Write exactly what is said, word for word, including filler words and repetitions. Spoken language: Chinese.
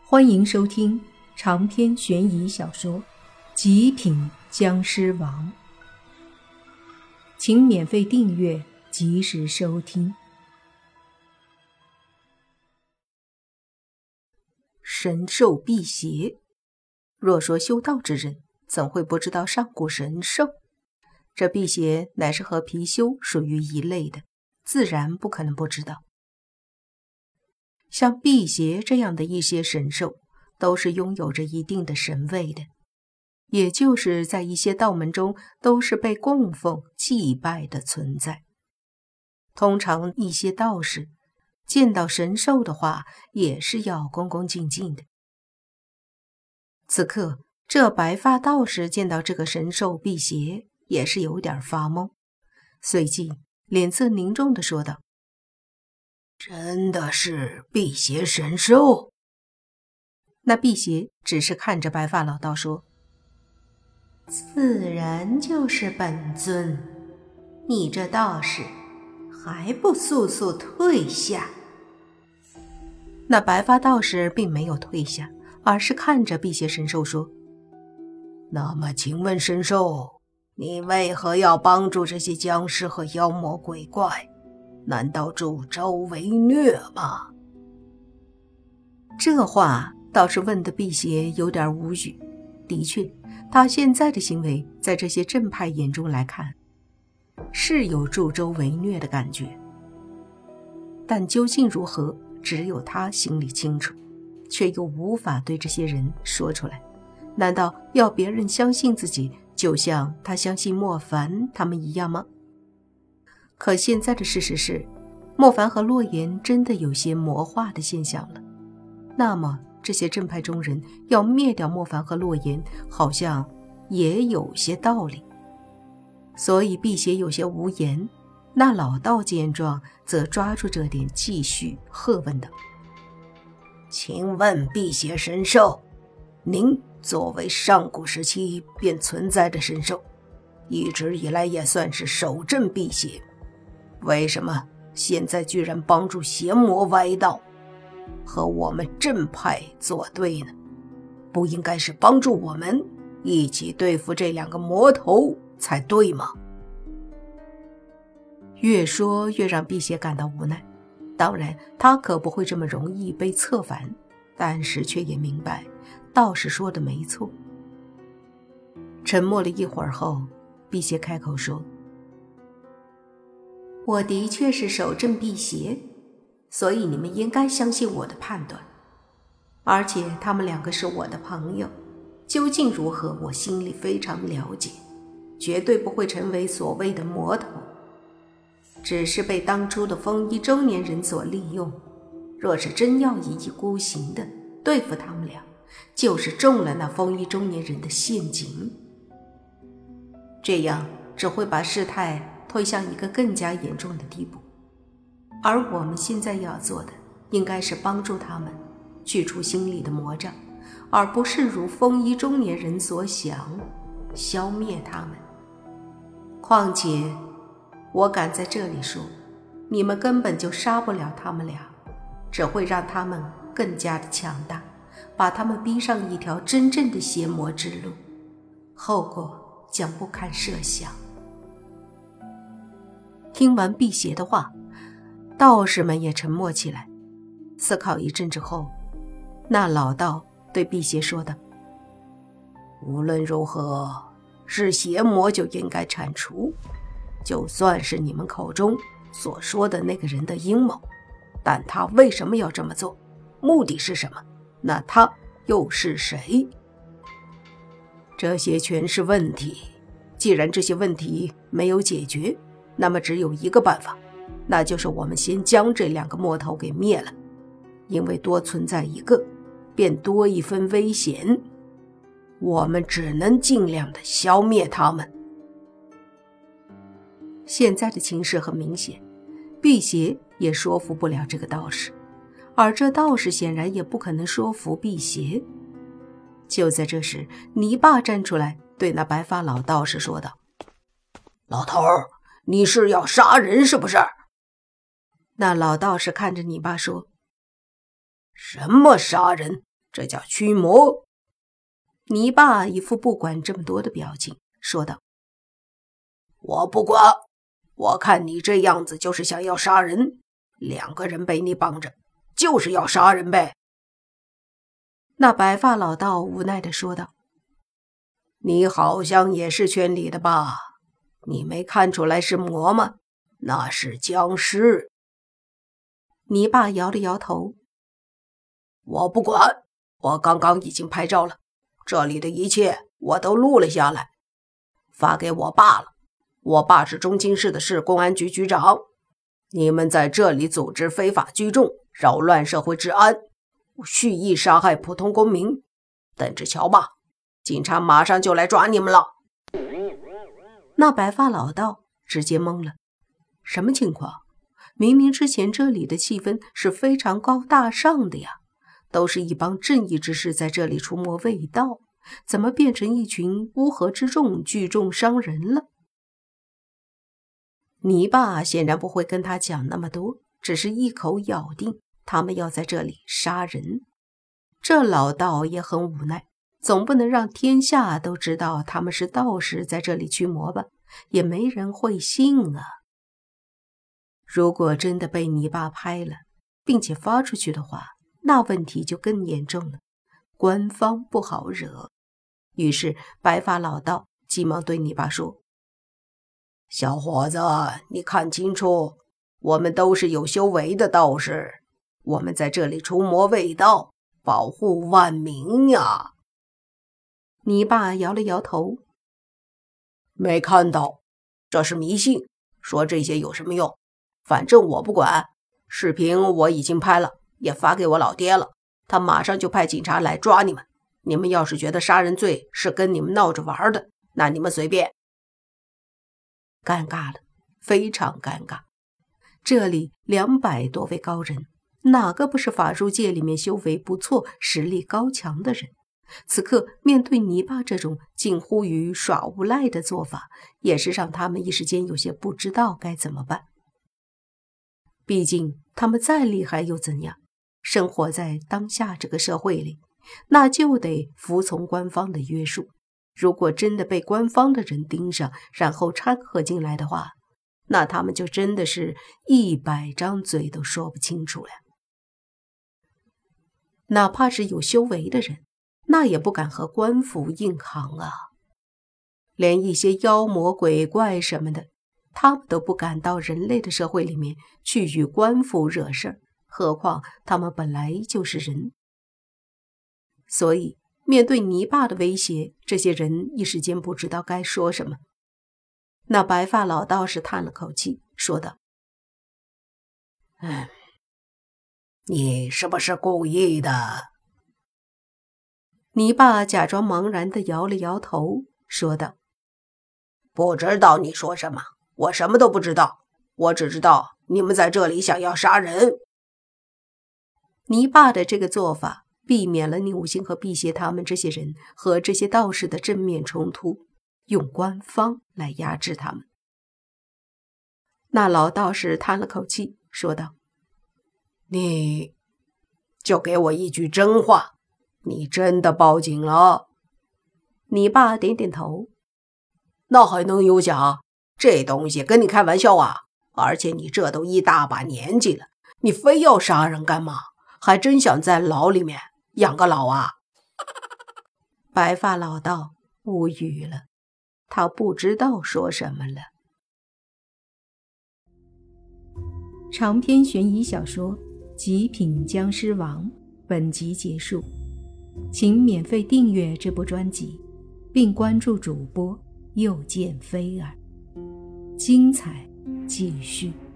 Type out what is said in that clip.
欢迎收听长篇悬疑小说《极品僵尸王》，请免费订阅，及时收听。神兽辟邪，若说修道之人，怎会不知道上古神兽？这辟邪乃是和貔貅属于一类的，自然不可能不知道。像辟邪这样的一些神兽，都是拥有着一定的神位的，也就是在一些道门中都是被供奉祭拜的存在。通常一些道士见到神兽的话，也是要恭恭敬敬的。此刻这白发道士见到这个神兽辟邪，也是有点发懵，随即脸色凝重地说道： 真的是辟邪神兽？ 那辟邪只是看着白发老道说：自然就是本尊，你这道士还不速速退下？那白发道士并没有退下，而是看着辟邪神兽说： 那么请问神兽，你为何要帮助这些僵尸和妖魔鬼怪？难道助纣为虐吗？ 这话倒是问的辟邪有点无语。的确，他现在的行为在这些正派眼中来看，是有助纣为虐的感觉，但究竟如何，只有他心里清楚，却又无法对这些人说出来。难道要别人相信自己，就像他相信莫凡他们一样吗？可现在的事实是，莫凡和洛言真的有些魔化的现象了。那么这些正派中人要灭掉莫凡和洛言，好像也有些道理。所以辟邪有些无言，那老道见状则抓住这点继续喝问道： 请问辟邪神兽，您作为上古时期便存在的神兽，一直以来也算是守正辟邪，为什么现在居然帮助邪魔歪道，和我们正派作对呢？不应该是帮助我们一起对付这两个魔头才对吗？ 越说越让辟邪感到无奈，当然他可不会这么容易被策反，但是却也明白道士说的没错。沉默了一会儿后，辟邪开口说：我的确是守正辟邪，所以你们应该相信我的判断。而且他们两个是我的朋友，究竟如何，我心里非常了解，绝对不会成为所谓的魔头，只是被当初的风衣中年人所利用。若是真要一意孤行的对付他们俩，就是中了那风衣中年人的陷阱，这样只会把事态推向一个更加严重的地步。而我们现在要做的，应该是帮助他们去除心里的魔障，而不是如风衣中年人所想，消灭他们。况且我敢在这里说，你们根本就杀不了他们俩，只会让他们更加的强大，把他们逼上一条真正的邪魔之路，后果将不堪设想。听完辟邪的话，道士们也沉默起来，思考一阵之后，那老道对辟邪说道： 无论如何，是邪魔就应该铲除，就算是你们口中所说的那个人的阴谋，但他为什么要这么做？目的是什么？那他又是谁？这些全是问题。既然这些问题没有解决，那么只有一个办法，那就是我们先将这两个魔头给灭了。因为多存在一个，便多一分危险，我们只能尽量的消灭他们。 现在的情势很明显，辟邪也说服不了这个道士，而这道士显然也不可能说服辟邪。就在这时，泥巴站出来对那白发老道士说道： 老头儿，你是要杀人是不是？ 那老道士看着泥巴说： 什么杀人？ 这叫驱魔。 泥巴一副不管这么多的表情，说道： 我不管，我看你这样子就是想要杀人，两个人被你绑着，就是要杀人呗。 那白发老道无奈地说道： 你好像也是圈里的吧？你没看出来是魔吗？那是僵尸。 泥巴摇了摇头： 我不管，我刚刚已经拍照了，这里的一切我都录了下来，发给我爸了。我爸是中清市的市公安局局长，你们在这里组织非法聚众，扰乱社会治安，蓄意杀害普通公民，等着瞧吧，警察马上就来抓你们了。 那白发老道直接懵了，什么情况？明明之前这里的气氛是非常高大上的呀，都是一帮正义之士在这里除魔卫道，怎么变成一群乌合之众聚众伤人了？泥巴显然不会跟他讲那么多，只是一口咬定他们要在这里杀人。这老道也很无奈，总不能让天下都知道他们是道士在这里驱魔吧，也没人会信啊。如果真的被泥巴拍了，并且发出去的话，那问题就更严重了，官方不好惹。于是白发老道急忙对泥巴说： 小伙子，你看清楚，我们都是有修为的道士，我们在这里除魔卫道，保护万民呀。 泥巴摇了摇头： 没看到，这是迷信，说这些有什么用？反正我不管，视频我已经拍了，也发给我老爹了，他马上就派警察来抓你们。你们要是觉得杀人罪是跟你们闹着玩的，那你们随便。 尴尬了，非常尴尬。这里两百多位高人，哪个不是法术界里面修为不错、实力高强的人？此刻面对泥巴这种近乎于耍无赖的做法，也是让他们一时间有些不知道该怎么办。毕竟他们再厉害又怎样？生活在当下这个社会里，那就得服从官方的约束。如果真的被官方的人盯上，然后掺和进来的话，那他们就真的是一百张嘴都说不清楚了。哪怕是有修为的人，那也不敢和官府硬扛啊。连一些妖魔鬼怪什么的，他们都不敢到人类的社会里面去与官府惹事儿，何况他们本来就是人。所以面对泥巴的威胁，这些人一时间不知道该说什么。那白发老道士叹了口气，说道： 嗯，你是不是故意的？ 泥巴假装茫然地摇了摇头，说道： 不知道你说什么，我什么都不知道，我只知道你们在这里想要杀人。 泥巴的这个做法避免了宁武星和辟邪他们这些人和这些道士的正面冲突，用官方来压制他们。那老道士叹了口气，说道： 你就给我一句真话，你真的报警了？ 泥巴点点头： 那还能有假？这东西跟你开玩笑啊！而且你这都一大把年纪了，你非要杀人干嘛？还真想在牢里面养个老啊？ 白发老道无语了，他不知道说什么了。 长篇悬疑小说《极品僵尸王》本集结束，请免费订阅这部专辑，并关注主播又见菲儿，精彩继续。